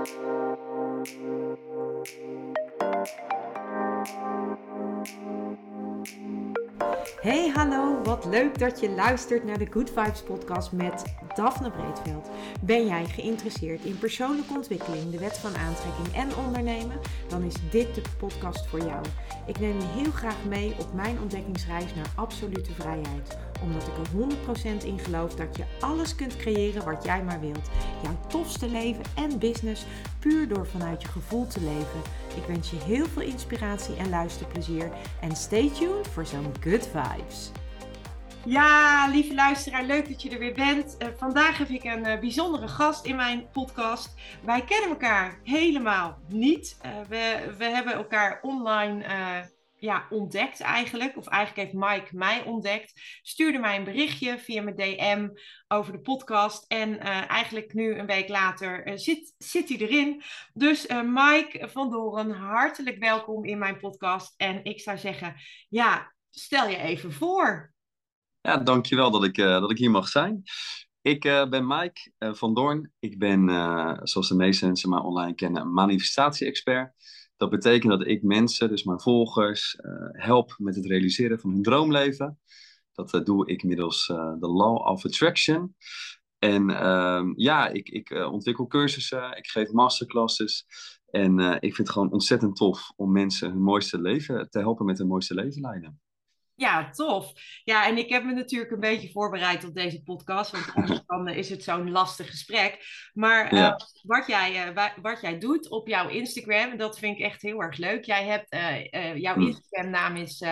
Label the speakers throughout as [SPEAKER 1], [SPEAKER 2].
[SPEAKER 1] Hey, hallo, wat leuk dat je luistert naar de Good Vibes podcast met Daphne Breedveld. Ben jij geïnteresseerd in persoonlijke ontwikkeling, de wet van aantrekking en ondernemen? Dan is dit de podcast voor jou. Ik neem je heel graag mee op mijn ontdekkingsreis naar absolute vrijheid. Omdat ik er 100% in geloof dat je alles kunt creëren wat jij maar wilt. Jouw tofste leven en business puur door vanuit je gevoel te leven. Ik wens je heel veel inspiratie en luisterplezier. En stay tuned voor zo'n good vibes. Ja, lieve luisteraar, leuk dat je er weer bent. Vandaag heb ik een bijzondere gast in mijn podcast. Wij kennen elkaar helemaal niet. We hebben elkaar online ontdekt eigenlijk. Of eigenlijk heeft Mike mij ontdekt. Stuurde mij een berichtje via mijn DM over de podcast. En eigenlijk nu een week later zit hij erin. Dus Mike van Doorn, hartelijk welkom in mijn podcast. En ik zou zeggen, ja, stel je even voor.
[SPEAKER 2] Ja, dankjewel dat ik hier mag zijn. Ik ben Mike van Doorn. Ik ben, zoals de meeste mensen mij online kennen, een manifestatie-expert. Dat betekent dat ik mensen, dus mijn volgers, help met het realiseren van hun droomleven. Dat doe ik middels de Law of Attraction. En ik ontwikkel cursussen, ik geef masterclasses. En ik vind het gewoon ontzettend tof om mensen hun mooiste leven te helpen met hun mooiste leven leiden.
[SPEAKER 1] Ja, tof. Ja, en ik heb me natuurlijk een beetje voorbereid op deze podcast, want anders dan is het zo'n lastig gesprek. Maar
[SPEAKER 2] Ja.
[SPEAKER 1] wat jij doet op jouw Instagram, dat vind ik echt heel erg leuk. Jij hebt, jouw Instagram naam is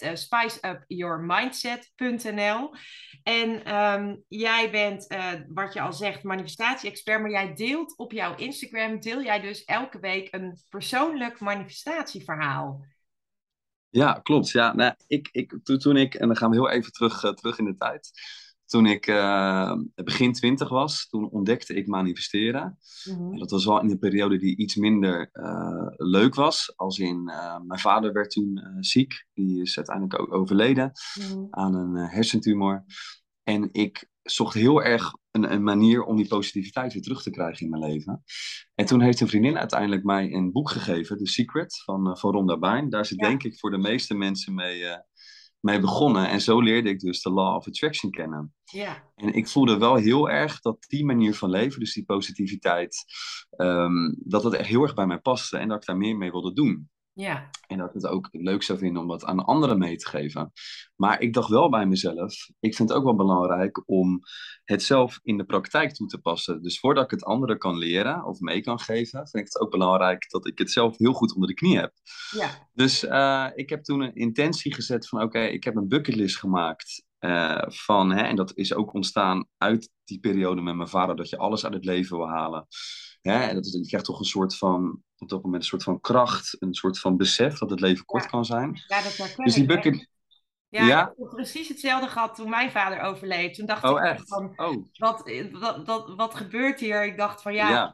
[SPEAKER 1] @spiceupyourmindset.nl. En jij bent, wat je al zegt, manifestatie-expert, maar jij deelt op jouw Instagram, deel jij dus elke week een persoonlijk manifestatieverhaal.
[SPEAKER 2] Ja, klopt. Ja, nou, toen ik, en dan gaan we heel even terug in de tijd. Toen ik begin 20 was, toen ontdekte ik manifesteren.
[SPEAKER 1] Mm-hmm.
[SPEAKER 2] En dat was wel in een periode die iets minder leuk was. Als in, mijn vader werd toen ziek. Die is uiteindelijk ook overleden aan een hersentumor. En ik zocht heel erg een manier om die positiviteit weer terug te krijgen in mijn leven. En toen heeft een vriendin uiteindelijk mij een boek gegeven, The Secret, van Rhonda Byrne. Daar is het denk ik voor de meeste mensen mee begonnen. En zo leerde ik dus de Law of Attraction kennen.
[SPEAKER 1] Ja.
[SPEAKER 2] En ik voelde wel heel erg dat die manier van leven, dus die positiviteit, dat het echt heel erg bij mij paste en dat ik daar meer mee wilde doen.
[SPEAKER 1] Ja.
[SPEAKER 2] En dat ik het ook leuk zou vinden om dat aan anderen mee te geven. Maar ik dacht wel bij mezelf, ik vind het ook wel belangrijk om het zelf in de praktijk toe te passen. Dus voordat ik het anderen kan leren of mee kan geven, vind ik het ook belangrijk dat ik het zelf heel goed onder de knie heb.
[SPEAKER 1] Ja.
[SPEAKER 2] Dus ik heb toen een intentie gezet van oké, ik heb een bucketlist gemaakt. En dat is ook ontstaan uit die periode met mijn vader, dat je alles uit het leven wil halen. En je krijgt toch een soort van, op dat moment een soort van kracht, een soort van besef dat het leven kort kan zijn.
[SPEAKER 1] Ja, dat herken
[SPEAKER 2] Dus die
[SPEAKER 1] ik.
[SPEAKER 2] bucket...
[SPEAKER 1] Ja,
[SPEAKER 2] Ja?
[SPEAKER 1] ik heb precies hetzelfde gehad toen mijn vader overleed. Toen dacht ik
[SPEAKER 2] Echt?
[SPEAKER 1] van,
[SPEAKER 2] Oh.
[SPEAKER 1] wat gebeurt hier? Ik dacht van
[SPEAKER 2] Ja.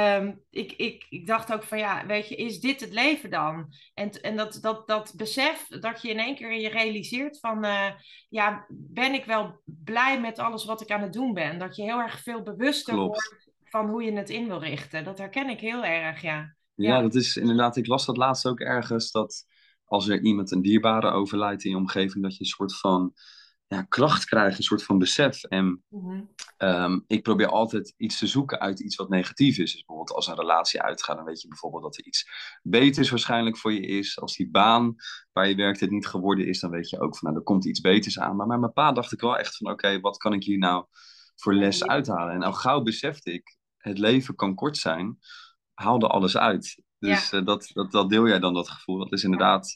[SPEAKER 1] ik dacht ook van ja, weet je, is dit het leven dan? En dat besef dat je in één keer je realiseert van, ben ik wel blij met alles wat ik aan het doen ben? Dat je heel erg veel bewuster wordt van hoe je het in wil richten. Dat herken ik heel erg, ja.
[SPEAKER 2] Ja, dat is inderdaad, ik las dat laatst ook ergens, dat als er iemand een dierbare overlijdt in je omgeving, dat je een soort van kracht krijgt, een soort van besef. En ik probeer altijd iets te zoeken uit iets wat negatief is. Dus bijvoorbeeld als een relatie uitgaat, dan weet je bijvoorbeeld dat er iets beters waarschijnlijk voor je is. Als die baan waar je werkt het niet geworden is, dan weet je ook van, nou, er komt iets beters aan. Maar met mijn pa dacht ik wel echt van, oké, wat kan ik hier nou voor les uithalen? En al gauw besefte ik, het leven kan kort zijn. Haal er alles uit. Dus dat deel jij dan, dat gevoel. Dat is inderdaad,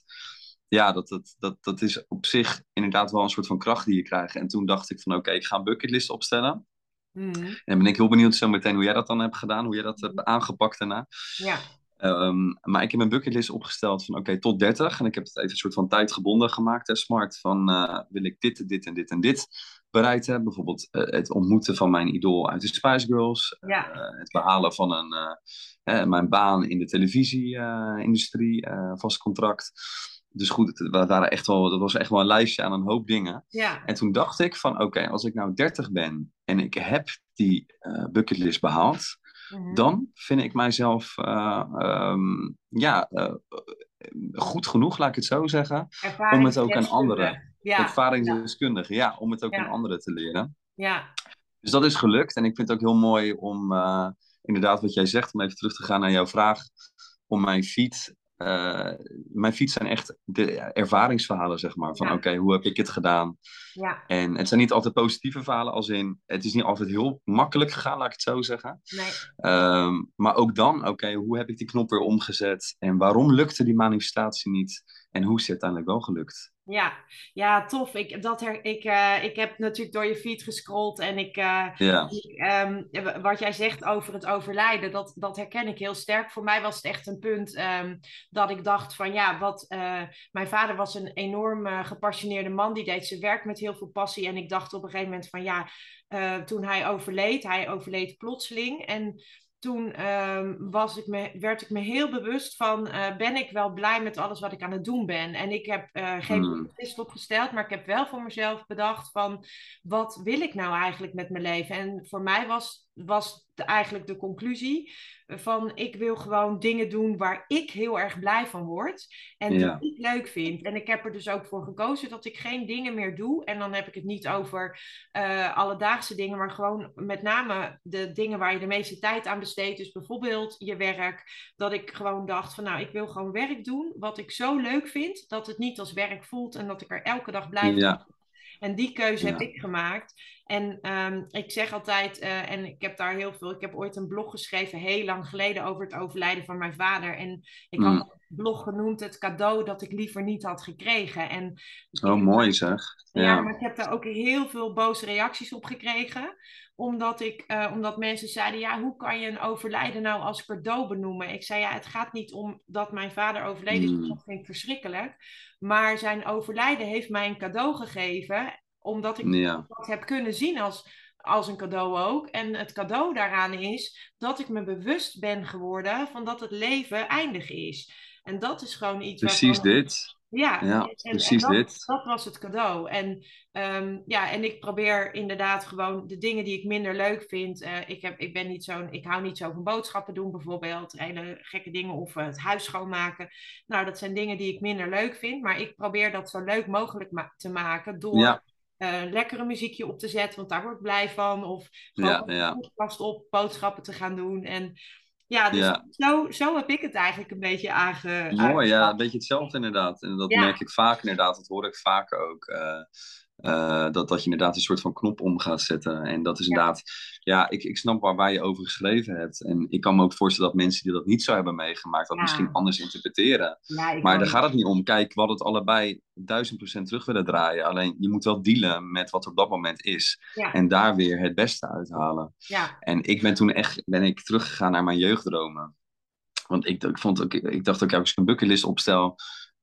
[SPEAKER 2] dat is op zich inderdaad wel een soort van kracht die je krijgt. En toen dacht ik van oké, ik ga een bucketlist opstellen. En ben ik heel benieuwd zo meteen hoe jij dat dan hebt gedaan, hoe jij dat hebt aangepakt daarna.
[SPEAKER 1] Ja.
[SPEAKER 2] Maar ik heb een bucketlist opgesteld van oké, tot 30. En ik heb het even een soort van tijdgebonden gemaakt, smart. Van wil ik dit, dit en dit en dit bereikt hebben. Bijvoorbeeld het ontmoeten van mijn idool uit de Spice Girls. Het behalen van mijn baan in de televisieindustrie, vast contract. Dus goed, dat was echt wel een lijstje aan een hoop dingen.
[SPEAKER 1] Ja.
[SPEAKER 2] En toen dacht ik van oké, als ik nou 30 ben en ik heb die bucketlist behaald, dan vind ik mijzelf goed genoeg, laat ik het zo zeggen, om het ook aan anderen,
[SPEAKER 1] Ervaringsdeskundig. Ja, ja,
[SPEAKER 2] ervaringsdeskundige, ja, om het ook aan
[SPEAKER 1] ja,
[SPEAKER 2] anderen te leren.
[SPEAKER 1] ja,
[SPEAKER 2] Dus dat is gelukt en ik vind het ook heel mooi om, inderdaad wat jij zegt, om even terug te gaan naar jouw vraag, om mijn fiets zijn echt de ervaringsverhalen, zeg maar, van
[SPEAKER 1] ja,
[SPEAKER 2] oké, hoe heb ik het gedaan?
[SPEAKER 1] ja.
[SPEAKER 2] En het zijn niet altijd positieve verhalen, als in, het is niet altijd heel makkelijk gegaan, laat ik het zo zeggen.
[SPEAKER 1] Nee.
[SPEAKER 2] Maar ook dan, oké, hoe heb ik die knop weer omgezet? En waarom lukte die manifestatie niet? En hoe is het uiteindelijk wel gelukt?
[SPEAKER 1] Ja, ja, tof. Ik heb natuurlijk door je feed gescrolld en
[SPEAKER 2] Ja,
[SPEAKER 1] wat jij zegt over het overlijden, dat herken ik heel sterk. Voor mij was het echt een punt dat ik dacht van ja, mijn vader was een enorm gepassioneerde man, die deed zijn werk met heel veel passie. En ik dacht op een gegeven moment van ja, toen hij overleed plotseling. En toen werd ik me heel bewust van, ben ik wel blij met alles wat ik aan het doen ben? En ik heb geen
[SPEAKER 2] mm,
[SPEAKER 1] bucketlist opgesteld, maar ik heb wel voor mezelf bedacht van, wat wil ik nou eigenlijk met mijn leven? En voor mij was eigenlijk de conclusie van, ik wil gewoon dingen doen waar ik heel erg blij van word en die
[SPEAKER 2] ja,
[SPEAKER 1] ik leuk vind. En ik heb er dus ook voor gekozen dat ik geen dingen meer doe. En dan heb ik het niet over alledaagse dingen, maar gewoon met name de dingen waar je de meeste tijd aan besteedt. Dus bijvoorbeeld je werk. Dat ik gewoon dacht van nou, ik wil gewoon werk doen wat ik zo leuk vind, dat het niet als werk voelt en dat ik er elke dag blij van.
[SPEAKER 2] ja,
[SPEAKER 1] En die keuze heb
[SPEAKER 2] ja,
[SPEAKER 1] ik gemaakt. En ik zeg altijd, en ik heb daar heel veel, ik heb ooit een blog geschreven, heel lang geleden, over het overlijden van mijn vader. En ik had
[SPEAKER 2] mm.
[SPEAKER 1] dat blog genoemd het cadeau dat ik liever niet had gekregen. En
[SPEAKER 2] Oh, mooi zeg.
[SPEAKER 1] ja,
[SPEAKER 2] Ja,
[SPEAKER 1] maar ik heb daar ook heel veel boze reacties op gekregen. Omdat mensen zeiden, ja, hoe kan je een overlijden nou als cadeau benoemen? Ik zei, ja, het gaat niet om dat mijn vader overleden is.
[SPEAKER 2] mm,
[SPEAKER 1] Dat vind ik verschrikkelijk. Maar zijn overlijden heeft mij een cadeau gegeven. Omdat ik
[SPEAKER 2] ja,
[SPEAKER 1] dat heb kunnen zien als een cadeau ook. En het cadeau daaraan is dat ik me bewust ben geworden van dat het leven eindig is. En dat is gewoon iets
[SPEAKER 2] precies
[SPEAKER 1] waarvan
[SPEAKER 2] dit.
[SPEAKER 1] ja,
[SPEAKER 2] Ja,
[SPEAKER 1] en
[SPEAKER 2] precies dit.
[SPEAKER 1] dat was het cadeau. En, ja, en ik probeer inderdaad gewoon de dingen die ik minder leuk vind. Ik hou niet zo van boodschappen doen, bijvoorbeeld. Hele gekke dingen of het huis schoonmaken. Nou, dat zijn dingen die ik minder leuk vind. Maar ik probeer dat zo leuk mogelijk te maken door
[SPEAKER 2] Ja,
[SPEAKER 1] lekker een muziekje op te zetten, want daar word ik blij van. Of gewoon
[SPEAKER 2] ja,
[SPEAKER 1] een
[SPEAKER 2] ja,
[SPEAKER 1] podcast op, boodschappen te gaan doen. En ja, dus
[SPEAKER 2] ja.
[SPEAKER 1] zo heb ik het eigenlijk een beetje
[SPEAKER 2] Mooi, ja, een
[SPEAKER 1] aangepakt.
[SPEAKER 2] beetje hetzelfde inderdaad. En dat merk
[SPEAKER 1] Ja.
[SPEAKER 2] ik vaak inderdaad, dat hoor ik vaker ook. Dat je inderdaad een soort van knop om gaat zetten. En dat is
[SPEAKER 1] Ja,
[SPEAKER 2] inderdaad, ja, ik snap waar je over geschreven hebt. En ik kan me ook voorstellen dat mensen die dat niet zo hebben meegemaakt, dat misschien
[SPEAKER 1] ja,
[SPEAKER 2] anders interpreteren.
[SPEAKER 1] ja, ik
[SPEAKER 2] Maar daar
[SPEAKER 1] ook.
[SPEAKER 2] gaat het niet om. Kijk, we hadden het allebei 1000% terug willen draaien. Alleen je moet wel dealen met wat er op dat moment is.
[SPEAKER 1] Ja,
[SPEAKER 2] En daar weer het beste uithalen.
[SPEAKER 1] ja,
[SPEAKER 2] En ik ben toen echt teruggegaan naar mijn jeugddromen. Want ik dacht ook, als ik een bucketlist opstel,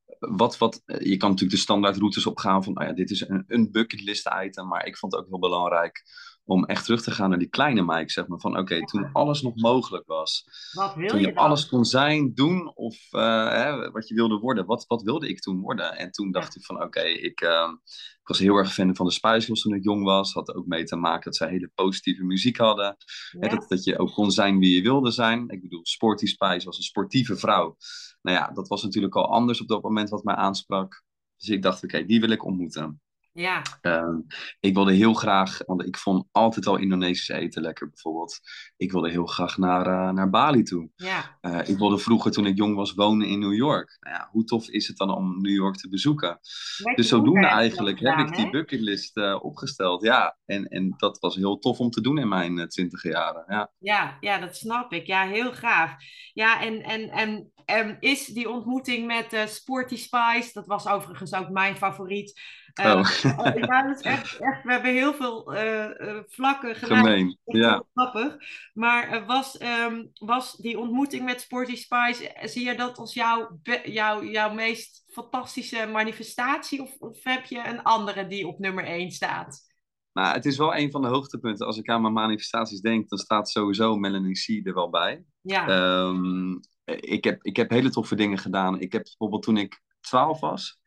[SPEAKER 2] je kan natuurlijk de standaardroutes opgaan van, nou ja, dit is een bucketlist item, maar ik vond het ook heel belangrijk om echt terug te gaan naar die kleine Mike, zeg maar, van oké, toen
[SPEAKER 1] ja.
[SPEAKER 2] alles nog mogelijk was,
[SPEAKER 1] Wat wil
[SPEAKER 2] toen
[SPEAKER 1] je
[SPEAKER 2] je alles
[SPEAKER 1] dan?
[SPEAKER 2] kon zijn, doen of wat je wilde worden, wat wilde ik toen worden? En toen
[SPEAKER 1] Ja,
[SPEAKER 2] dacht ik van oké, ik was heel erg fan van de Spice Girls toen ik jong was, had ook mee te maken dat zij hele positieve muziek hadden, hè,
[SPEAKER 1] ja,
[SPEAKER 2] dat je ook kon zijn wie je wilde zijn. Ik bedoel, Sporty Spice was een sportieve vrouw. Nou ja, dat was natuurlijk al anders op dat moment wat mij aansprak. Dus ik dacht, oké, die wil ik ontmoeten.
[SPEAKER 1] ja,
[SPEAKER 2] Ehm, ik wilde heel graag, want ik vond altijd al Indonesisch eten lekker bijvoorbeeld. Ik wilde heel graag naar Bali toe.
[SPEAKER 1] ja.
[SPEAKER 2] Ik wilde vroeger, toen ik jong was, wonen in New York. Nou ja, hoe tof is het dan om New York te bezoeken?
[SPEAKER 1] Met
[SPEAKER 2] Dus
[SPEAKER 1] je moeder
[SPEAKER 2] zodoende
[SPEAKER 1] heb je dat
[SPEAKER 2] eigenlijk heb
[SPEAKER 1] gedaan,
[SPEAKER 2] ik die
[SPEAKER 1] hè?
[SPEAKER 2] bucketlist opgesteld. Ja, en dat was heel tof om te doen in mijn 20 jaren. Ja.
[SPEAKER 1] Ja, ja, dat snap ik. Ja, heel graag. Ja, en is die ontmoeting met Sporty Spice, dat was overigens ook mijn favoriet.
[SPEAKER 2] Oh,
[SPEAKER 1] Ja, dat is echt, we hebben heel veel vlakken gelijk.
[SPEAKER 2] gemeen.
[SPEAKER 1] Echt
[SPEAKER 2] Ja.
[SPEAKER 1] heel grappig. Maar was die ontmoeting met Sporty Spice, zie je dat als jouw meest fantastische manifestatie? Of heb je een andere die op nummer 1 staat?
[SPEAKER 2] Nou, het is wel een van de hoogtepunten. Als ik aan mijn manifestaties denk, dan staat sowieso Melanie C er wel bij.
[SPEAKER 1] Ja,
[SPEAKER 2] Ehm, ik heb hele toffe dingen gedaan. Ik heb bijvoorbeeld toen ik 12 was,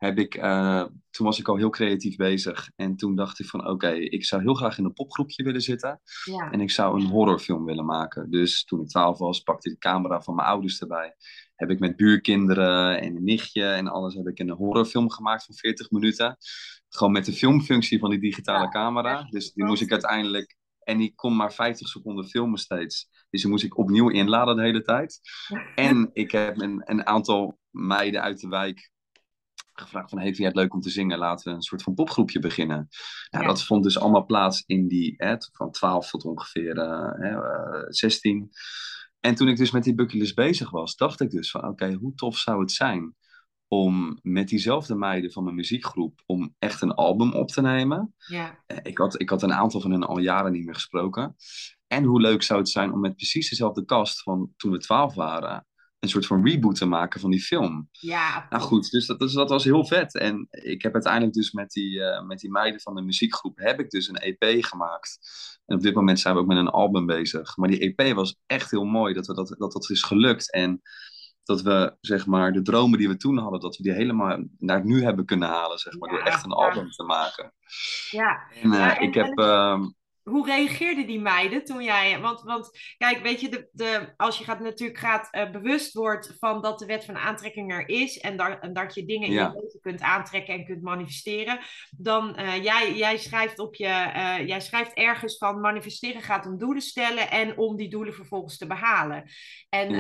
[SPEAKER 2] toen was ik al heel creatief bezig. En toen dacht ik van oké, ik zou heel graag in een popgroepje willen zitten.
[SPEAKER 1] Ja.
[SPEAKER 2] En ik zou een horrorfilm willen maken. Dus toen ik 12 was, pakte ik de camera van mijn ouders erbij. Heb ik met buurkinderen en een nichtje en alles heb ik een horrorfilm gemaakt van 40 minuten. Gewoon met de filmfunctie van die digitale
[SPEAKER 1] Ja.
[SPEAKER 2] camera. Dus die moest ik uiteindelijk... En die kon maar 50 seconden filmen steeds. Dus die moest ik opnieuw inladen de hele tijd. En ik heb een aantal meiden uit de wijk gevraagd van, hey, vind jij het leuk om te zingen? Laten we een soort van popgroepje beginnen. Nou,
[SPEAKER 1] Ja.
[SPEAKER 2] dat vond dus allemaal plaats in die, van 12 tot ongeveer 16. En toen ik dus met die bucketlist bezig was, dacht ik dus van, oké, hoe tof zou het zijn om met diezelfde meiden van mijn muziekgroep, om echt een album op te nemen.
[SPEAKER 1] Ja.
[SPEAKER 2] Ik had een aantal van hen al jaren niet meer gesproken. En hoe leuk zou het zijn om met precies dezelfde cast van toen we 12 waren, een soort van reboot te maken van die film.
[SPEAKER 1] Ja,
[SPEAKER 2] Nou goed, dus dat was heel vet. En ik heb uiteindelijk dus met die meiden van de muziekgroep, heb ik dus een EP gemaakt. En op dit moment zijn we ook met een album bezig. Maar die EP was echt heel mooi dat is gelukt. En dat we, zeg maar, de dromen die we toen hadden, dat we die helemaal naar het nu hebben kunnen halen, zeg maar, door echt een album te maken.
[SPEAKER 1] Ja.
[SPEAKER 2] En
[SPEAKER 1] Ja,
[SPEAKER 2] ik heb...
[SPEAKER 1] hoe reageerden die meiden toen jij... Want kijk, weet je, als je bewust wordt van dat de wet van aantrekking er is en dat je dingen in je leven kunt aantrekken en kunt manifesteren, dan jij schrijft jij schrijft ergens van manifesteren gaat om doelen stellen en om die doelen vervolgens te behalen. En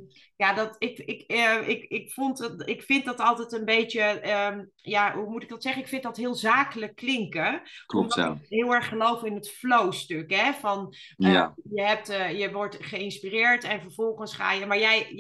[SPEAKER 1] ik vind dat altijd een beetje, hoe moet ik dat zeggen? Ik vind dat heel zakelijk klinken.
[SPEAKER 2] Klopt,
[SPEAKER 1] Omdat ik heel erg geloof in het flow-stuk. Hè? Van, je wordt geïnspireerd en vervolgens ga je... Maar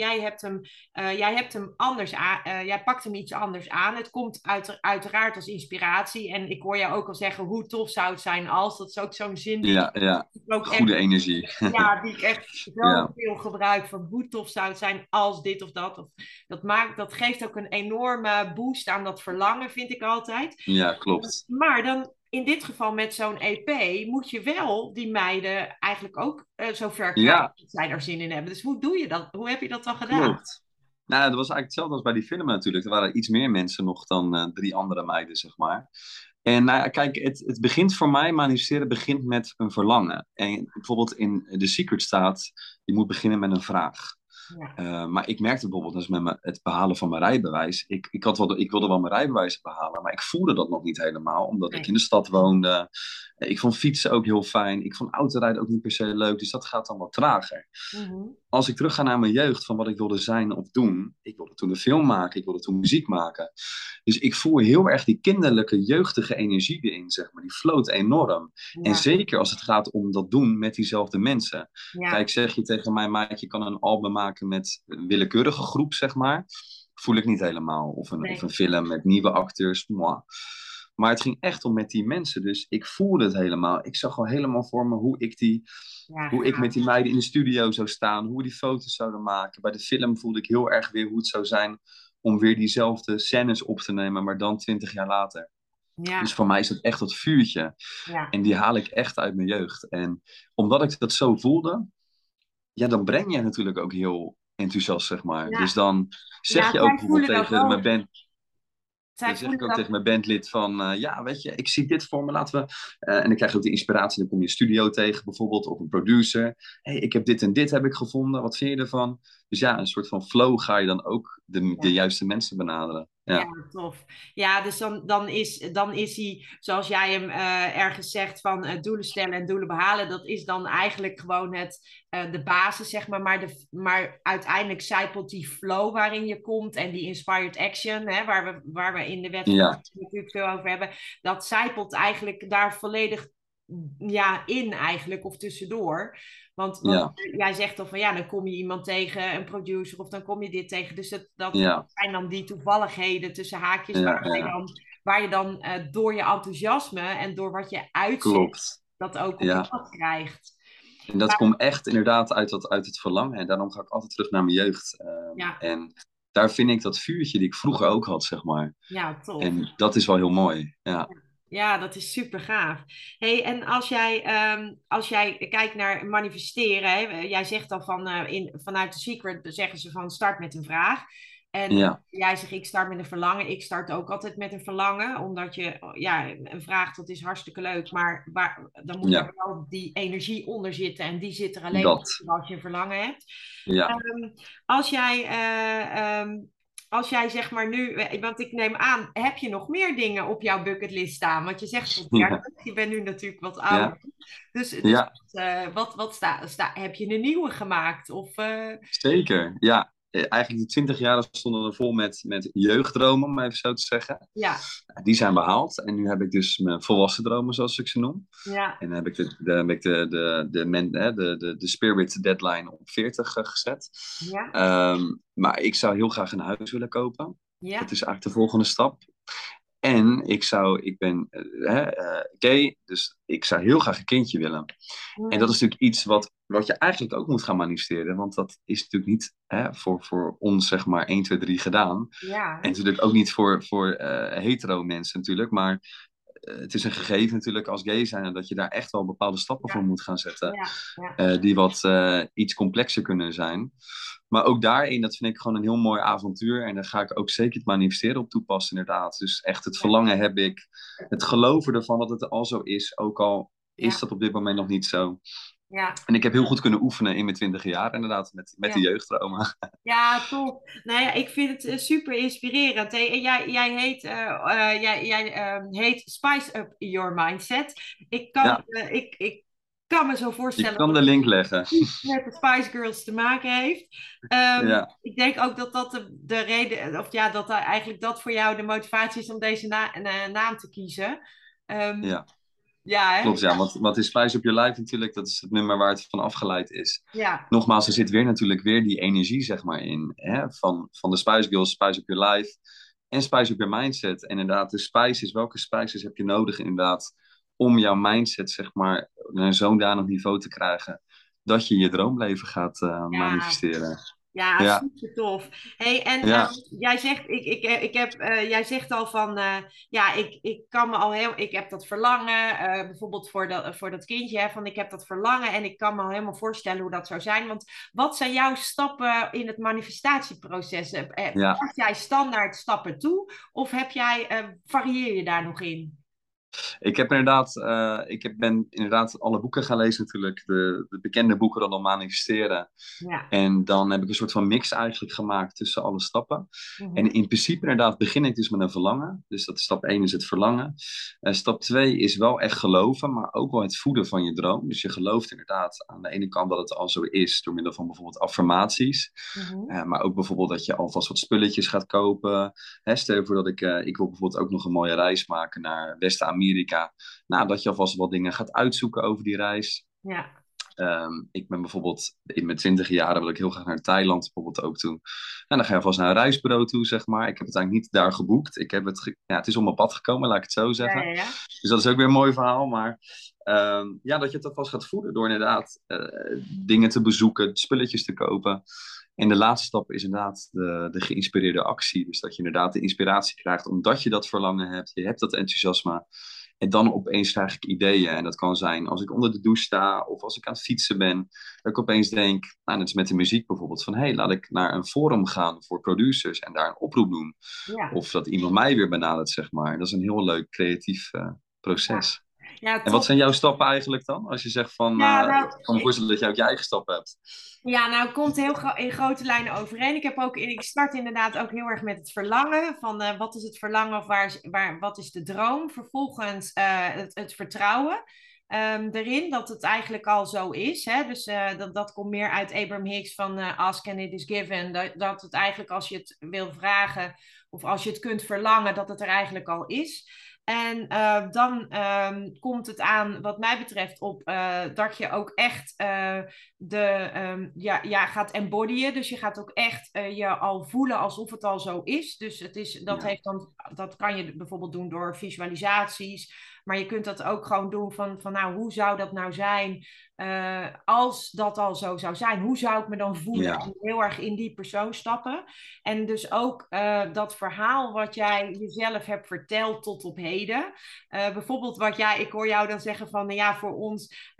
[SPEAKER 1] jij hebt hem anders aan. Jij pakt hem iets anders aan. Het komt uiteraard als inspiratie. En ik hoor jou ook al zeggen, hoe tof zou het zijn als... Dat is ook zo'n zin die ook
[SPEAKER 2] goede
[SPEAKER 1] echt,
[SPEAKER 2] energie.
[SPEAKER 1] ja, die ik echt zo veel gebruik. Van hoe tof zou het zijn als dit of dat. Dat geeft ook een enorme boost aan dat verlangen, vind ik altijd.
[SPEAKER 2] Ja, klopt.
[SPEAKER 1] Maar dan in dit geval met zo'n EP moet je wel die meiden eigenlijk ook zover krijgen dat zij er zin in hebben. Dus hoe doe je dat? Hoe heb je dat dan gedaan?
[SPEAKER 2] Klopt. Nou, dat was eigenlijk hetzelfde als bij die film natuurlijk. Er waren iets meer mensen nog dan 3 andere meiden, zeg maar. En nou ja, kijk, het begint voor mij, manifesteren begint met een verlangen. En bijvoorbeeld in The Secret staat, je moet beginnen met een vraag.
[SPEAKER 1] Ja.
[SPEAKER 2] Maar ik merkte bijvoorbeeld dus met het behalen van mijn rijbewijs. Ik wilde wel mijn rijbewijs behalen, maar ik voelde dat nog niet helemaal, omdat ik in de stad woonde. Ik vond fietsen ook heel fijn. Ik vond autorijden ook niet per se leuk, dus dat gaat dan wat trager.
[SPEAKER 1] Mm-hmm.
[SPEAKER 2] Als ik terug ga naar mijn jeugd, van wat ik wilde zijn of doen. Ik wilde toen een film maken, ik wilde toen muziek maken. Dus ik voel heel erg die kinderlijke, jeugdige energie erin, zeg maar. Die floot enorm.
[SPEAKER 1] Ja.
[SPEAKER 2] En zeker als het gaat om dat doen met diezelfde mensen.
[SPEAKER 1] Ja.
[SPEAKER 2] Kijk, zeg je tegen mij, Mike, je kan een album maken met een willekeurige groep, zeg maar. Voel ik niet helemaal. Of een film met nieuwe acteurs. Moi. Maar het ging echt om met die mensen. Dus ik voelde het helemaal. Ik zag al helemaal voor me hoe ik met die meiden in de studio zou staan. Hoe we die foto's zouden maken. Bij de film voelde ik heel erg weer hoe het zou zijn om weer diezelfde scènes op te nemen. Maar dan 20 jaar later. Ja. Dus voor mij is dat echt dat vuurtje. Ja. En die haal ik echt uit mijn jeugd. En omdat ik dat zo voelde, ja, dan breng je natuurlijk ook heel enthousiast, zeg maar. Ja. Dus dan zeg je ook bijvoorbeeld tegen mijn band... Dan zeg ik ook tegen mijn bandlid van, ja, weet je, ik zie dit voor me, laten we... en dan krijg je ook de inspiratie, dan kom je een studio tegen bijvoorbeeld, of een producer. Hey, ik heb dit en dit heb ik gevonden, wat vind je ervan? Dus ja, een soort van flow ga je dan ook de juiste mensen benaderen. Ja,
[SPEAKER 1] tof. Ja, dus dan is hij, zoals jij hem ergens zegt, van doelen stellen en doelen behalen. Dat is dan eigenlijk gewoon de basis, zeg maar. Maar uiteindelijk zijpelt die flow waarin je komt en die inspired action, hè, waar we in de wet natuurlijk veel over hebben. Dat zijpelt eigenlijk daar volledig in eigenlijk, of tussendoor. Want jij zegt al van dan kom je iemand tegen, een producer, of dan kom je dit tegen. Dus dat zijn dan die toevalligheden tussen haakjes waar je dan door je enthousiasme en door wat je uitzet, dat ook op je pad krijgt.
[SPEAKER 2] En dat komt echt inderdaad uit het verlangen. En daarom ga ik altijd terug naar mijn jeugd. En daar vind ik dat vuurtje die ik vroeger ook had, zeg maar.
[SPEAKER 1] Ja, tof.
[SPEAKER 2] En dat is wel heel mooi,
[SPEAKER 1] Ja, dat is super gaaf. Hey, en als jij kijkt naar manifesteren, hè, jij zegt al vanuit The Secret zeggen ze van start met een vraag. En
[SPEAKER 2] Ja.
[SPEAKER 1] jij zegt, ik start met een verlangen. Ik start ook altijd met een verlangen. Omdat je, ja, een vraag, dat is hartstikke leuk. Maar dan moet
[SPEAKER 2] Ja.
[SPEAKER 1] er wel die energie onder zitten. En die zit er alleen
[SPEAKER 2] Dat.
[SPEAKER 1] als je een verlangen hebt.
[SPEAKER 2] Ja.
[SPEAKER 1] Ehm, als jij, als jij zeg maar nu, want ik neem aan, heb je nog meer dingen op jouw bucketlist staan? Want je zegt tot
[SPEAKER 2] Ja.
[SPEAKER 1] 30, je bent nu natuurlijk wat ouder.
[SPEAKER 2] Ja.
[SPEAKER 1] Dus
[SPEAKER 2] Ja.
[SPEAKER 1] heb je een nieuwe gemaakt? Of,
[SPEAKER 2] Zeker. Ja. Eigenlijk die 20 jaar stonden er vol met jeugddromen, om even zo te zeggen.
[SPEAKER 1] ja,
[SPEAKER 2] Die zijn behaald. En nu heb ik dus mijn volwassen dromen, zoals ik ze noem.
[SPEAKER 1] ja,
[SPEAKER 2] En dan heb ik de spirit deadline op 40 gezet.
[SPEAKER 1] ja,
[SPEAKER 2] Maar ik zou heel graag een huis willen kopen. Dat
[SPEAKER 1] ja.
[SPEAKER 2] is eigenlijk de volgende stap. En ik ben gay, dus ik zou heel graag een kindje willen. En dat is
[SPEAKER 1] Mm,
[SPEAKER 2] natuurlijk iets wat je eigenlijk ook moet gaan manifesteren. Want dat is natuurlijk niet voor ons, zeg maar, 1, 2, 3 gedaan. En
[SPEAKER 1] ja,
[SPEAKER 2] natuurlijk ook niet voor hetero mensen natuurlijk. Maar het is een gegeven natuurlijk als gay zijn dat je daar echt wel bepaalde stappen voor
[SPEAKER 1] ja,
[SPEAKER 2] moet gaan zetten.
[SPEAKER 1] ja, ja,
[SPEAKER 2] Die wat iets complexer kunnen zijn. Maar ook daarin, dat vind ik gewoon een heel mooi avontuur. En daar ga ik ook zeker het manifesteren op toepassen, inderdaad. Dus echt het
[SPEAKER 1] ja,
[SPEAKER 2] verlangen heb ik. Het geloven ervan dat het al zo is. Ook al is
[SPEAKER 1] ja,
[SPEAKER 2] dat op dit moment nog niet zo.
[SPEAKER 1] ja,
[SPEAKER 2] En ik heb heel goed kunnen oefenen in mijn 20 jaar, inderdaad, met de
[SPEAKER 1] ja.
[SPEAKER 2] jeugdtrauma.
[SPEAKER 1] Ja, top. Nou ja, ik vind het super inspirerend. Hè? En jij heet Spice Up Your Mindset.
[SPEAKER 2] Ja,
[SPEAKER 1] Ik kan me zo
[SPEAKER 2] je
[SPEAKER 1] voorstellen
[SPEAKER 2] kan
[SPEAKER 1] dat
[SPEAKER 2] de
[SPEAKER 1] het
[SPEAKER 2] link leggen.
[SPEAKER 1] iets met de Spice Girls te maken heeft.
[SPEAKER 2] Ja,
[SPEAKER 1] Ik denk ook dat dat de reden, of ja, dat eigenlijk dat voor jou de motivatie is om deze naam te kiezen. Ehm,
[SPEAKER 2] ja.
[SPEAKER 1] ja, hè?
[SPEAKER 2] Klopt, ja. Wat is Spice Up Your Life natuurlijk? Dat is het nummer waar het van afgeleid is.
[SPEAKER 1] Ja,
[SPEAKER 2] Nogmaals, er zit weer natuurlijk weer die energie, zeg maar, in. Hè? Van de Spice Girls, Spice Up Your Life en Spice Up Your Mindset. En inderdaad, de spices, welke spices heb je nodig inderdaad om jouw mindset, zeg maar, naar zo'n danig niveau te krijgen dat je je droomleven gaat
[SPEAKER 1] ja.
[SPEAKER 2] manifesteren.
[SPEAKER 1] Ja,
[SPEAKER 2] Ja,
[SPEAKER 1] super tof. Hey, en
[SPEAKER 2] ja,
[SPEAKER 1] jij zegt, jij zegt al van, ja, ik kan me al ik heb dat verlangen, bijvoorbeeld voor dat kindje, hè, van ik heb dat verlangen en ik kan me al helemaal voorstellen hoe dat zou zijn. Want wat zijn jouw stappen in het manifestatieproces?
[SPEAKER 2] ja.
[SPEAKER 1] Pas jij standaard stappen toe of varieer je daar nog in?
[SPEAKER 2] Ben inderdaad alle boeken gaan lezen natuurlijk. De bekende boeken rondom manifesteren.
[SPEAKER 1] Ja.
[SPEAKER 2] En dan heb ik een soort van mix eigenlijk gemaakt tussen alle stappen. En
[SPEAKER 1] Mhm.
[SPEAKER 2] in principe inderdaad begin ik dus met een verlangen. Dus dat stap 1 is het verlangen. Stap 2 is wel echt geloven, maar ook wel het voeden van je droom. Dus je gelooft inderdaad aan de ene kant dat het al zo is, door middel van bijvoorbeeld affirmaties.
[SPEAKER 1] Mhm.
[SPEAKER 2] Maar ook bijvoorbeeld dat je alvast wat spulletjes gaat kopen. Stel je voor dat ik wil bijvoorbeeld ook nog een mooie reis maken naar West-Amerika. Nou, dat je alvast wat dingen gaat uitzoeken over die reis.
[SPEAKER 1] Ja.
[SPEAKER 2] Ik ben bijvoorbeeld in mijn 20 jaren wil ik heel graag naar Thailand bijvoorbeeld ook toe. En dan ga je alvast naar een reisbureau toe, zeg maar. Ik heb het eigenlijk niet daar geboekt. Het is op mijn pad gekomen, laat ik het zo
[SPEAKER 1] Ja,
[SPEAKER 2] zeggen.
[SPEAKER 1] ja, ja.
[SPEAKER 2] Dus dat is ook weer een mooi verhaal. Maar dat je het alvast gaat voeden door inderdaad dingen te bezoeken, spulletjes te kopen. En de laatste stap is inderdaad de geïnspireerde actie. Dus dat je inderdaad de inspiratie krijgt omdat je dat verlangen hebt. Je hebt dat enthousiasme. En dan opeens krijg ik ideeën. En dat kan zijn als ik onder de douche sta of als ik aan het fietsen ben. Dat ik opeens denk, nou, net als met de muziek bijvoorbeeld, van hé, laat ik naar een forum gaan voor producers en daar een oproep doen.
[SPEAKER 1] Ja.
[SPEAKER 2] Of dat iemand mij weer benadert, zeg maar. Dat is een heel leuk creatief
[SPEAKER 1] Ja.
[SPEAKER 2] proces.
[SPEAKER 1] Ja,
[SPEAKER 2] En wat
[SPEAKER 1] top.
[SPEAKER 2] zijn jouw stappen eigenlijk dan? Als je zegt van,
[SPEAKER 1] Ja,
[SPEAKER 2] ik kan me voorstellen dat jij ook je eigen stappen hebt.
[SPEAKER 1] ja, nou, het komt in grote lijnen overeen. Ik start inderdaad ook heel erg met het verlangen. Van wat is het verlangen of wat is de droom? Vervolgens het vertrouwen erin dat het eigenlijk al zo is. Hè? Dus dat komt meer uit Abraham Hicks van Ask and it is given. Dat het eigenlijk als je het wil vragen of als je het kunt verlangen, dat het er eigenlijk al is. En dan komt het aan, wat mij betreft, op dat je ook echt gaat embodyen. Dus je gaat ook echt je al voelen alsof het al zo is. Dus dat
[SPEAKER 2] Ja,
[SPEAKER 1] dat kan je bijvoorbeeld doen door visualisaties. Maar je kunt dat ook gewoon doen van nou, hoe zou dat nou zijn als dat al zo zou zijn? Hoe zou ik me dan voelen? En heel erg in die persoon stappen. En dus ook dat verhaal wat jij jezelf hebt verteld tot op heden. Bijvoorbeeld ik hoor jou dan zeggen van, nou ja, voor ons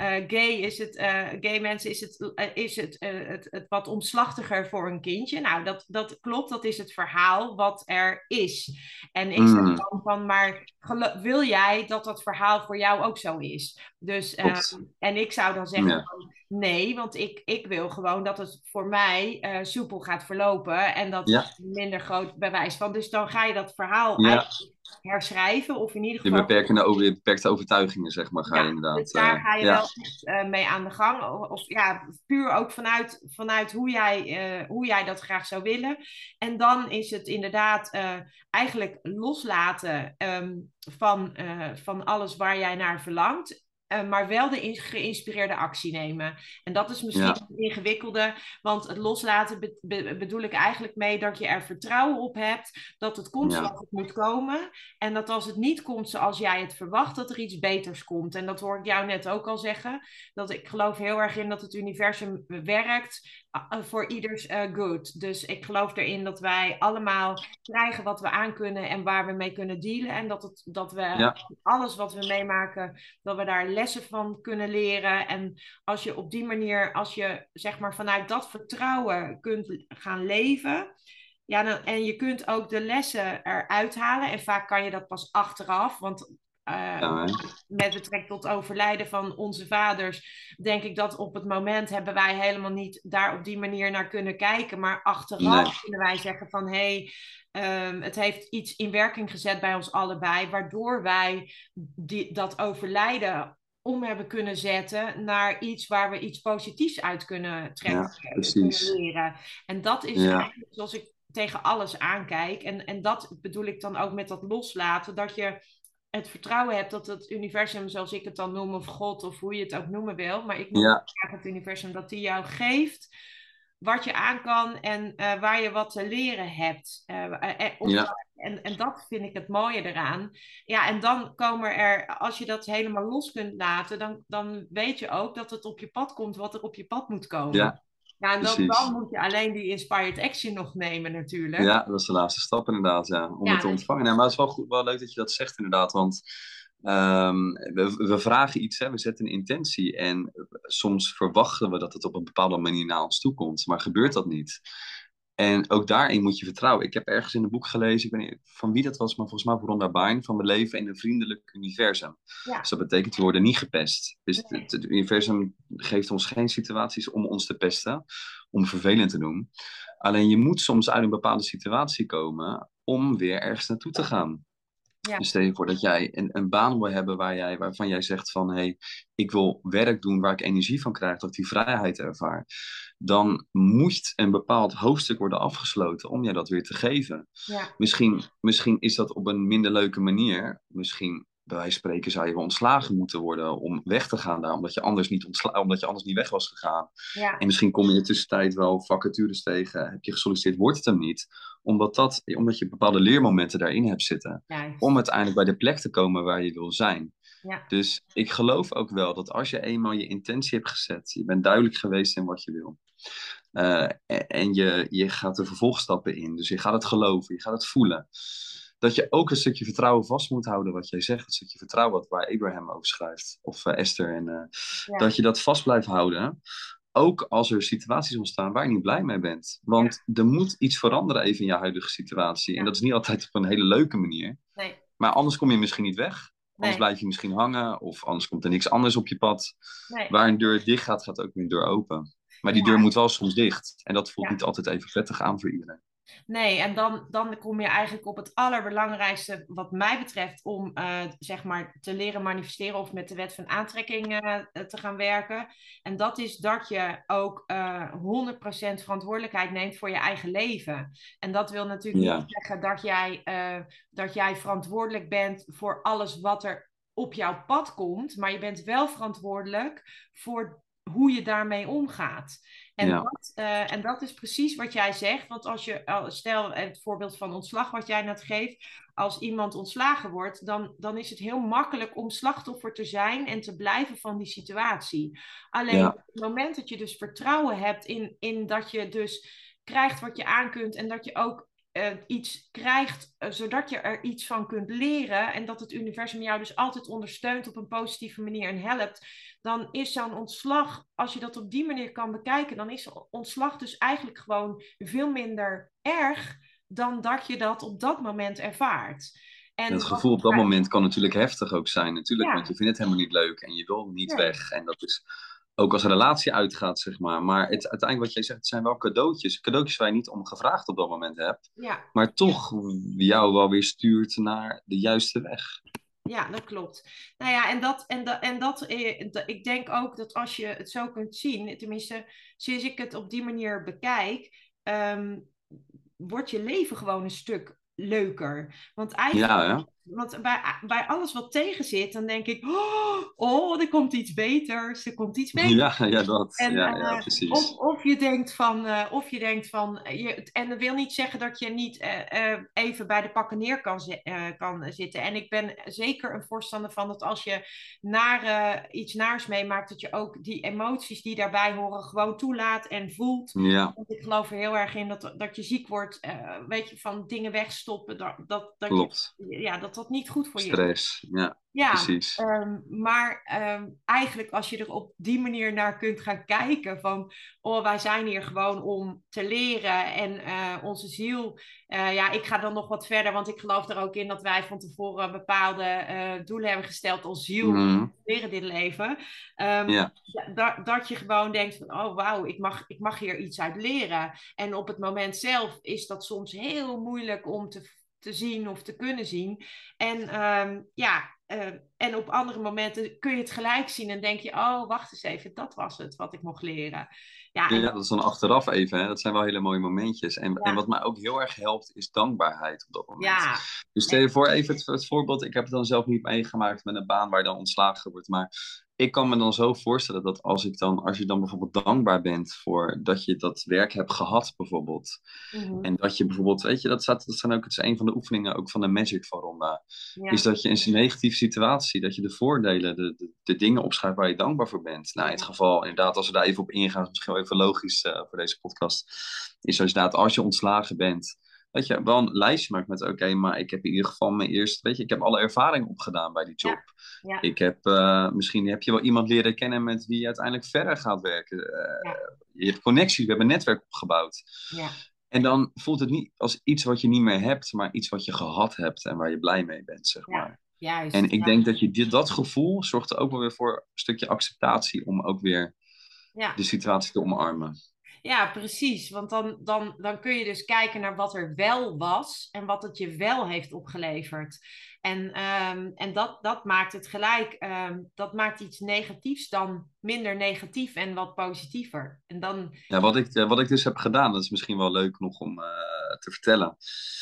[SPEAKER 1] gay mensen is het wat omslachtiger voor een kindje. Nou, dat klopt, dat is het verhaal wat er is. En ik zeg dan van, maar wil jij dat dat verhaal voor jou ook zo is? Dus, en ik zou dan zeggen van, nee, want ik wil gewoon dat het voor mij soepel gaat verlopen en dat minder groot bewijs van. Dus dan ga je dat verhaal eigenlijk herschrijven of in ieder geval...
[SPEAKER 2] Je beperkte overtuigingen, zeg maar, ga je inderdaad...
[SPEAKER 1] Dus daar ga je wel echt mee aan de gang. Of puur ook vanuit hoe jij dat graag zou willen. En dan is het inderdaad eigenlijk loslaten van alles waar jij naar verlangt. Maar wel de geïnspireerde actie nemen. En dat is misschien het ingewikkelde. Want het loslaten bedoel ik eigenlijk mee dat je er vertrouwen op hebt. Dat het komt zoals het moet komen. En dat als het niet komt zoals jij het verwacht, dat er iets beters komt. En dat hoor ik jou net ook al zeggen. Dat ik geloof heel erg in dat het universum werkt voor ieders good. Dus ik geloof erin dat wij allemaal krijgen wat we aankunnen en waar we mee kunnen dealen. En dat we alles wat we meemaken, dat we daar lessen van kunnen leren. En als je op die manier, als je zeg maar vanuit dat vertrouwen kunt gaan leven, en je kunt ook de lessen eruit halen. En vaak kan je dat pas achteraf, want met betrekking tot overlijden van onze vaders, denk ik dat op het moment hebben wij helemaal niet daar op die manier naar kunnen kijken. Maar achteraf kunnen wij zeggen van het heeft iets in werking gezet bij ons allebei, waardoor wij dat overlijden om hebben kunnen zetten naar iets waar we iets positiefs uit kunnen trekken, kunnen leren. En dat is eigenlijk zoals ik tegen alles aankijk. En dat bedoel ik dan ook met dat loslaten, dat je het vertrouwen hebt dat het universum, zoals ik het dan noem, of God, of hoe je het ook noemen wil, maar ik noem het graag het universum, dat die jou geeft wat je aan kan en waar je wat te leren hebt. En dat vind ik het mooie eraan. Ja, en dan komen als je dat helemaal los kunt laten, dan weet je ook dat het op je pad komt wat er op je pad moet komen. Ja, en dan moet je alleen die inspired action nog nemen natuurlijk.
[SPEAKER 2] Ja, dat is de laatste stap inderdaad, om het te ontvangen. Maar het is wel leuk dat je dat zegt inderdaad, want we vragen iets, we zetten een intentie en soms verwachten we dat het op een bepaalde manier naar ons toe komt, maar gebeurt dat niet. En ook daarin moet je vertrouwen. Ik heb ergens in een boek gelezen, ik weet niet van wie dat was, maar volgens mij van Rhonda Byrne, van we leven in een vriendelijk universum. Dus dat betekent, we worden niet gepest. Dus het universum geeft ons geen situaties om ons te pesten, om vervelend te doen. Alleen je moet soms uit een bepaalde situatie komen om weer ergens naartoe te gaan. Dus stel je voor dat jij een baan wil hebben waarvan jij zegt van ik wil werk doen waar ik energie van krijg, dat ik die vrijheid ervaar. Dan moet een bepaald hoofdstuk worden afgesloten om je dat weer te geven. Misschien is dat op een minder leuke manier. Misschien, bij wijze van spreken, zou je wel ontslagen moeten worden om weg te gaan daar, omdat je anders niet weg was gegaan. En misschien kom je in de tussentijd wel vacatures tegen, heb je gesolliciteerd, wordt het hem niet. Omdat je bepaalde leermomenten daarin hebt zitten. Om uiteindelijk bij de plek te komen waar je wil zijn. Dus ik geloof ook wel dat als je eenmaal je intentie hebt gezet, je bent duidelijk geweest in wat je wil. En je gaat de vervolgstappen in. Dus je gaat het geloven, je gaat het voelen. Dat je ook een stukje vertrouwen vast moet houden wat jij zegt. Een stukje vertrouwen waar Abraham over schrijft. Of Esther. Dat je dat vast blijft houden. Ook als er situaties ontstaan waar je niet blij mee bent. Want er moet iets veranderen even in je huidige situatie. En dat is niet altijd op een hele leuke manier. Maar anders kom je misschien niet weg. Anders blijf je misschien hangen. Of anders komt er niks anders op je pad. Waar een deur dicht gaat, gaat ook weer een deur open. Maar die deur moet wel soms dicht. En dat voelt niet altijd even prettig aan voor iedereen.
[SPEAKER 1] Nee, en dan kom je eigenlijk op het allerbelangrijkste wat mij betreft om zeg maar te leren manifesteren of met de wet van aantrekking te gaan werken. En dat is dat je ook 100% verantwoordelijkheid neemt voor je eigen leven. En dat wil natuurlijk niet zeggen dat jij verantwoordelijk bent voor alles wat er op jouw pad komt, maar je bent wel verantwoordelijk hoe je daarmee omgaat.
[SPEAKER 2] Ja,
[SPEAKER 1] En dat is precies wat jij zegt. Want als je, stel het voorbeeld van ontslag wat jij net geeft. Als iemand ontslagen wordt, dan is het heel makkelijk om slachtoffer te zijn en te blijven van die situatie. Alleen op
[SPEAKER 2] ja,
[SPEAKER 1] het moment dat je dus vertrouwen hebt in dat je dus krijgt wat je aan kunt en dat je ook iets krijgt, zodat je er iets van kunt leren en dat het universum jou dus altijd ondersteunt op een positieve manier en helpt, dan is zo'n ontslag, als je dat op die manier kan bekijken, dan is ontslag dus eigenlijk gewoon veel minder erg dan dat je dat op dat moment ervaart.
[SPEAKER 2] en het
[SPEAKER 1] En
[SPEAKER 2] gevoel op dat moment kan natuurlijk heftig ook zijn, natuurlijk, want
[SPEAKER 1] ja,
[SPEAKER 2] je vindt het helemaal niet leuk en je wil niet
[SPEAKER 1] nee,
[SPEAKER 2] weg. En dat is ook als een relatie uitgaat, zeg maar. Maar uiteindelijk wat jij zegt, het zijn wel cadeautjes. Cadeautjes waar je niet om gevraagd op dat moment hebt,
[SPEAKER 1] ja,
[SPEAKER 2] maar toch jou wel weer stuurt naar de juiste weg.
[SPEAKER 1] ja, dat klopt. Nou ja, ik denk ook dat als je het zo kunt zien, tenminste, sinds ik het op die manier bekijk, wordt je leven gewoon een stuk leuker. Want eigenlijk,
[SPEAKER 2] Ja, hè?
[SPEAKER 1] bij alles wat tegen zit, dan denk ik, er komt iets beters, er komt iets beters.
[SPEAKER 2] Ja, ja, dat.
[SPEAKER 1] En
[SPEAKER 2] Ja, ja, precies.
[SPEAKER 1] of je denkt van, en dat wil niet zeggen dat je niet even bij de pakken neer kan zitten. En ik ben zeker een voorstander van dat als je iets naars meemaakt, dat je ook die emoties die daarbij horen gewoon toelaat en voelt.
[SPEAKER 2] Ja,
[SPEAKER 1] Want ik geloof er heel erg in dat je ziek wordt, weet je, van dingen wegstoppen,
[SPEAKER 2] klopt.
[SPEAKER 1] dat niet goed voor je is.
[SPEAKER 2] Stress. Ja,
[SPEAKER 1] Ja,
[SPEAKER 2] precies.
[SPEAKER 1] maar eigenlijk als je er op die manier naar kunt gaan kijken van, wij zijn hier gewoon om te leren en onze ziel, ik ga dan nog wat verder, want ik geloof er ook in dat wij van tevoren bepaalde doelen hebben gesteld als ziel
[SPEAKER 2] Mhm.
[SPEAKER 1] leren dit leven.
[SPEAKER 2] Ja,
[SPEAKER 1] Dat je gewoon denkt van, oh wauw, ik mag hier iets uit leren. En op het moment zelf is dat soms heel moeilijk om te zien of te kunnen zien. En en op andere momenten kun je het gelijk zien en denk je, oh, wacht eens even, dat was het wat ik mocht leren. Ja,
[SPEAKER 2] ja, dat is dan achteraf even. Hè. Dat zijn wel hele mooie momentjes. En
[SPEAKER 1] ja,
[SPEAKER 2] wat mij ook heel erg helpt, is dankbaarheid op dat moment.
[SPEAKER 1] ja,
[SPEAKER 2] Dus stel je voor even het voorbeeld. Ik heb het dan zelf niet meegemaakt met een baan waar je dan ontslagen wordt. Maar ik kan me dan zo voorstellen dat als je dan bijvoorbeeld dankbaar bent voor dat je dat werk hebt gehad, bijvoorbeeld.
[SPEAKER 1] mhm,
[SPEAKER 2] En dat je bijvoorbeeld, weet je, het is een van de oefeningen ook van de Magic van Ronda. Is
[SPEAKER 1] ja,
[SPEAKER 2] dat je in zo'n negatieve situatie, dat je de voordelen, de dingen opschrijft waar je dankbaar voor bent. Nou, in het
[SPEAKER 1] ja,
[SPEAKER 2] geval, inderdaad, als we daar even op ingaan, is misschien wel even logisch voor deze podcast. Is inderdaad, als je ontslagen bent, dat je wel een lijstje maakt met, oké, maar ik heb in ieder geval mijn eerste, weet je, ik heb alle ervaring opgedaan bij die
[SPEAKER 1] ja,
[SPEAKER 2] job.
[SPEAKER 1] ja,
[SPEAKER 2] Misschien heb je wel iemand leren kennen met wie je uiteindelijk verder gaat werken.
[SPEAKER 1] ja,
[SPEAKER 2] Je hebt connecties, we hebben een netwerk opgebouwd.
[SPEAKER 1] ja,
[SPEAKER 2] En dan voelt het niet als iets wat je niet meer hebt, maar iets wat je gehad hebt en waar je blij mee bent, zeg
[SPEAKER 1] ja,
[SPEAKER 2] maar. En
[SPEAKER 1] juist,
[SPEAKER 2] ik
[SPEAKER 1] ja,
[SPEAKER 2] denk dat dat gevoel zorgt er ook wel weer voor een stukje acceptatie om ook weer de
[SPEAKER 1] ja.
[SPEAKER 2] situatie te omarmen.
[SPEAKER 1] Ja, precies. Want dan kun je dus kijken naar wat er wel was en wat het je wel heeft opgeleverd. En dat maakt het gelijk, dat maakt iets negatiefs dan minder negatief en wat positiever. En dan,
[SPEAKER 2] Ja, wat ik dus heb gedaan, dat is misschien wel leuk nog om te vertellen.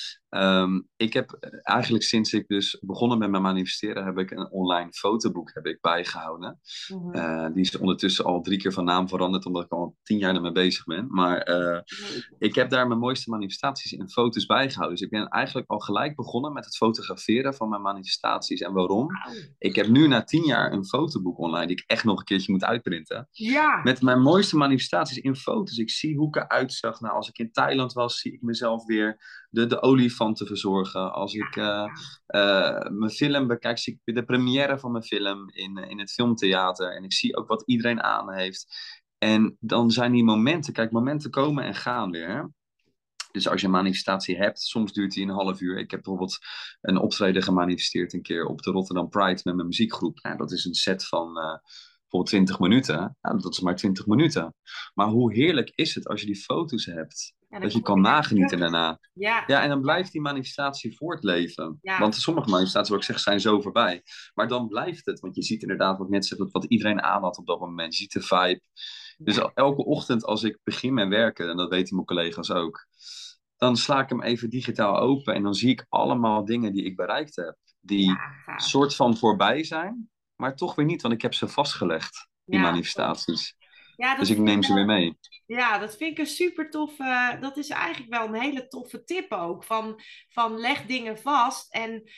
[SPEAKER 2] Ik heb eigenlijk sinds ik dus begonnen met mijn manifesteren, heb ik een online fotoboek heb ik bijgehouden.
[SPEAKER 1] mhm.
[SPEAKER 2] Die is ondertussen al 3 keer van naam veranderd, omdat ik al 10 jaar ermee bezig ben. Maar ik heb daar mijn mooiste manifestaties in foto's bijgehouden. Dus ik ben eigenlijk al gelijk begonnen met het fotograferen van mijn manifestaties. En waarom?
[SPEAKER 1] Wauw.
[SPEAKER 2] Ik heb nu na 10 jaar een fotoboek online, die ik echt nog een keertje moet uitprinten.
[SPEAKER 1] Ja,
[SPEAKER 2] Met mijn mooiste manifestaties in foto's. Ik zie hoe ik eruit zag. Nou, als ik in Thailand was, zie ik mezelf weer de olifanten verzorgen. Als ik mijn film bekijk, zie ik weer de première van mijn film in het filmtheater. En ik zie ook wat iedereen aan heeft. En dan zijn die momenten, kijk, momenten komen en gaan weer. Hè? Dus als je een manifestatie hebt, soms duurt die een half uur. Ik heb bijvoorbeeld een optreden gemanifesteerd een keer op de Rotterdam Pride met mijn muziekgroep. Nou, dat is een set van bijvoorbeeld 20 minuten. Nou, dat is maar 20 minuten. Maar hoe heerlijk is het als je die foto's hebt,
[SPEAKER 1] ja, dan
[SPEAKER 2] dat je
[SPEAKER 1] kom
[SPEAKER 2] kan
[SPEAKER 1] je weer
[SPEAKER 2] nagenieten
[SPEAKER 1] terug.
[SPEAKER 2] daarna.
[SPEAKER 1] Ja,
[SPEAKER 2] Ja, en dan
[SPEAKER 1] ja,
[SPEAKER 2] blijft die manifestatie voortleven. Want
[SPEAKER 1] ja,
[SPEAKER 2] sommige manifestaties, wat ik zeg, zijn zo voorbij. Maar dan blijft het. Want je ziet inderdaad, wat ik net zeg, wat iedereen aan had op dat moment. Je ziet de vibe. Dus
[SPEAKER 1] ja,
[SPEAKER 2] elke ochtend als ik begin met werken, en dat weten mijn collega's ook, dan sla ik hem even digitaal open en dan zie ik allemaal dingen die ik bereikt heb. Die
[SPEAKER 1] ja, gaaf.
[SPEAKER 2] soort van voorbij zijn, maar toch weer niet, want ik heb ze vastgelegd, die
[SPEAKER 1] Ja,
[SPEAKER 2] manifestaties.
[SPEAKER 1] Ja,
[SPEAKER 2] Dus ik neem ze weer mee.
[SPEAKER 1] Ja, dat vind ik een super toffe. Dat is eigenlijk wel een hele toffe tip ook. Van leg dingen vast en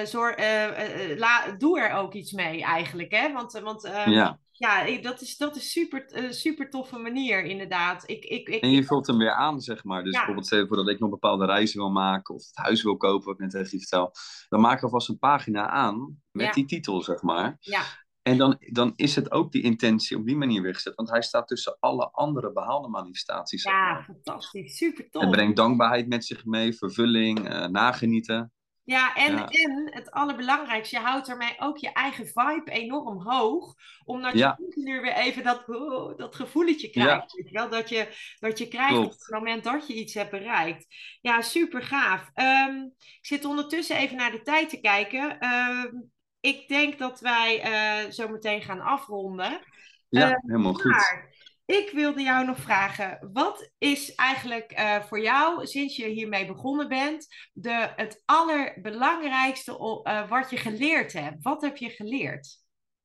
[SPEAKER 1] doe er ook iets mee eigenlijk. Hè?
[SPEAKER 2] Ja.
[SPEAKER 1] Ja, dat is super toffe manier inderdaad.
[SPEAKER 2] En je vult hem weer aan, zeg maar. Dus
[SPEAKER 1] Ja,
[SPEAKER 2] bijvoorbeeld, stel je voor dat ik nog bepaalde reizen wil maken of het huis wil kopen, wat ik net tegen je vertel. Dan maak ik alvast een pagina aan met
[SPEAKER 1] ja,
[SPEAKER 2] die titel, zeg maar.
[SPEAKER 1] ja.
[SPEAKER 2] En dan is het ook die intentie op die manier weergezet. Want hij staat tussen alle andere behaalde manifestaties, zeg
[SPEAKER 1] Ja,
[SPEAKER 2] maar.
[SPEAKER 1] fantastisch. Super
[SPEAKER 2] Het
[SPEAKER 1] tof.
[SPEAKER 2] brengt dankbaarheid met zich mee, vervulling, nagenieten.
[SPEAKER 1] Ja,
[SPEAKER 2] Ja,
[SPEAKER 1] en het allerbelangrijkste, je houdt ermee ook je eigen vibe enorm hoog. Omdat je
[SPEAKER 2] ja,
[SPEAKER 1] continu weer even dat gevoeletje
[SPEAKER 2] ja,
[SPEAKER 1] krijgt. Weet je wel? Dat je krijgt op het
[SPEAKER 2] klopt.
[SPEAKER 1] moment dat je iets hebt bereikt. Ja, super gaaf. Ik zit ondertussen even naar de tijd te kijken. Ik denk dat wij zo meteen gaan afronden.
[SPEAKER 2] Ja, helemaal goed.
[SPEAKER 1] Maar ik wilde jou nog vragen, wat is eigenlijk voor jou, sinds je hiermee begonnen bent, het allerbelangrijkste wat je geleerd hebt? Wat heb je geleerd?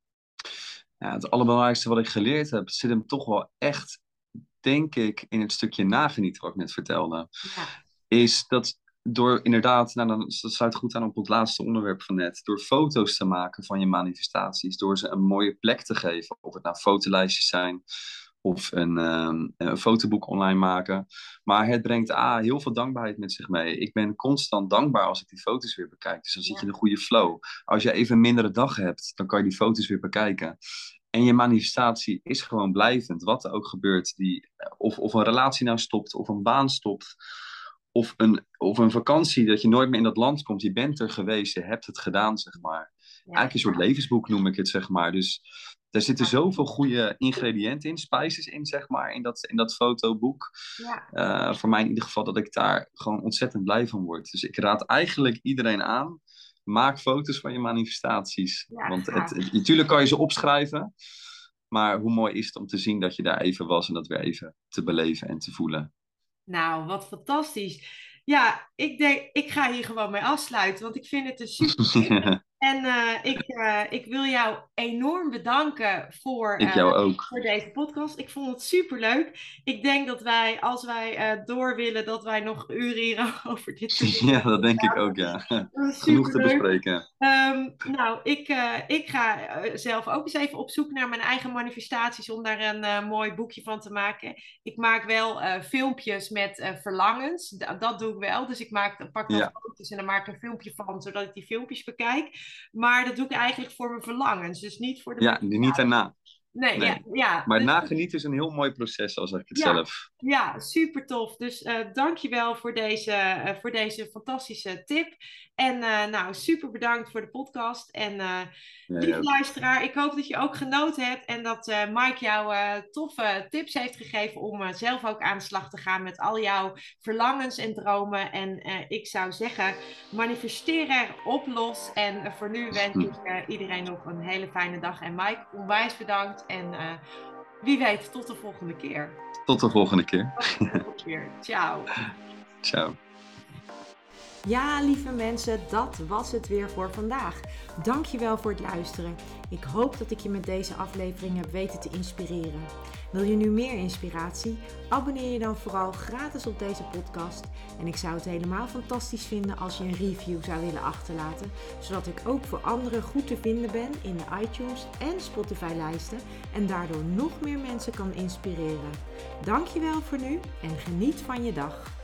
[SPEAKER 2] Ja, het allerbelangrijkste wat ik geleerd heb, zit hem toch wel echt, denk ik, in het stukje nagenieten wat ik net vertelde.
[SPEAKER 1] Ja,
[SPEAKER 2] Is dat door inderdaad, nou, dat sluit goed aan op het laatste onderwerp van net, door foto's te maken van je manifestaties, door ze een mooie plek te geven, of het nou fotolijstjes zijn of een fotoboek online maken. Maar het brengt heel veel dankbaarheid met zich mee. Ik ben constant dankbaar als ik die foto's weer bekijk. Dus dan zit je in
[SPEAKER 1] ja,
[SPEAKER 2] een goede flow. Als je even een mindere dag hebt, dan kan je die foto's weer bekijken. En je manifestatie is gewoon blijvend. Wat er ook gebeurt. Of een relatie nou stopt, of een baan stopt. Of een vakantie, dat je nooit meer in dat land komt. Je bent er geweest, je hebt het gedaan, zeg maar.
[SPEAKER 1] ja,
[SPEAKER 2] Eigenlijk een soort levensboek noem ik het, zeg maar. Dus daar zitten zoveel goede ingrediënten in, spices in, zeg maar, in dat fotoboek.
[SPEAKER 1] ja,
[SPEAKER 2] Voor mij in ieder geval dat ik daar gewoon ontzettend blij van word. Dus ik raad eigenlijk iedereen aan, maak foto's van je manifestaties.
[SPEAKER 1] ja,
[SPEAKER 2] Want
[SPEAKER 1] gaaf.
[SPEAKER 2] natuurlijk kan je ze opschrijven, maar hoe mooi is het om te zien dat je daar even was en dat weer even te beleven en te voelen.
[SPEAKER 1] Nou, wat fantastisch. Ja, ik denk, ik ga hier gewoon mee afsluiten, want ik vind het een super tip. En ik wil jou enorm bedanken
[SPEAKER 2] Ik jou ook.
[SPEAKER 1] voor deze podcast. Ik vond het super leuk. Ik denk dat wij, als wij door willen, dat wij nog uren hier over dit soort dingen
[SPEAKER 2] Ja, dat denk ik ook,
[SPEAKER 1] praten.
[SPEAKER 2] ja.
[SPEAKER 1] Dat is
[SPEAKER 2] Genoeg
[SPEAKER 1] super
[SPEAKER 2] te
[SPEAKER 1] leuk.
[SPEAKER 2] bespreken.
[SPEAKER 1] Nou, ik ga zelf ook eens even op zoek naar mijn eigen manifestaties om daar een mooi boekje van te maken. Ik maak wel filmpjes met verlangens. Dat doe ik wel. Dus pak dan
[SPEAKER 2] Ja,
[SPEAKER 1] foto's en dan maak ik een filmpje van, zodat ik die filmpjes bekijk. Maar dat doe ik eigenlijk voor mijn verlangens, dus niet voor de
[SPEAKER 2] ja, niet
[SPEAKER 1] manifestatie.
[SPEAKER 2] daarna.
[SPEAKER 1] Nee, ja,
[SPEAKER 2] Nee.
[SPEAKER 1] ja.
[SPEAKER 2] Maar
[SPEAKER 1] Dus
[SPEAKER 2] nagenieten is een heel mooi proces, al zeg ik het
[SPEAKER 1] ja,
[SPEAKER 2] zelf.
[SPEAKER 1] ja, super tof. Dus dankjewel voor deze fantastische tip. En nou, super bedankt voor de podcast. En
[SPEAKER 2] Jij
[SPEAKER 1] lieve
[SPEAKER 2] ook.
[SPEAKER 1] luisteraar, ik hoop dat je ook genoten hebt en dat Mike jou toffe tips heeft gegeven om zelf ook aan de slag te gaan met al jouw verlangens en dromen. En ik zou zeggen, manifesteer erop los. En voor nu wens
[SPEAKER 2] Hm.
[SPEAKER 1] ik iedereen nog een hele fijne dag. En Mike, onwijs bedankt. En wie weet, tot de volgende keer.
[SPEAKER 2] Tot de volgende keer.
[SPEAKER 1] Tot de volgende keer. Ciao.
[SPEAKER 2] Ciao.
[SPEAKER 1] Ja, lieve mensen, dat was het weer voor vandaag. Dankjewel voor het luisteren. Ik hoop dat ik je met deze aflevering heb weten te inspireren. Wil je nu meer inspiratie? Abonneer je dan vooral gratis op deze podcast. En ik zou het helemaal fantastisch vinden als je een review zou willen achterlaten, zodat ik ook voor anderen goed te vinden ben in de iTunes en Spotify lijsten en daardoor nog meer mensen kan inspireren. Dankjewel voor nu en geniet van je dag.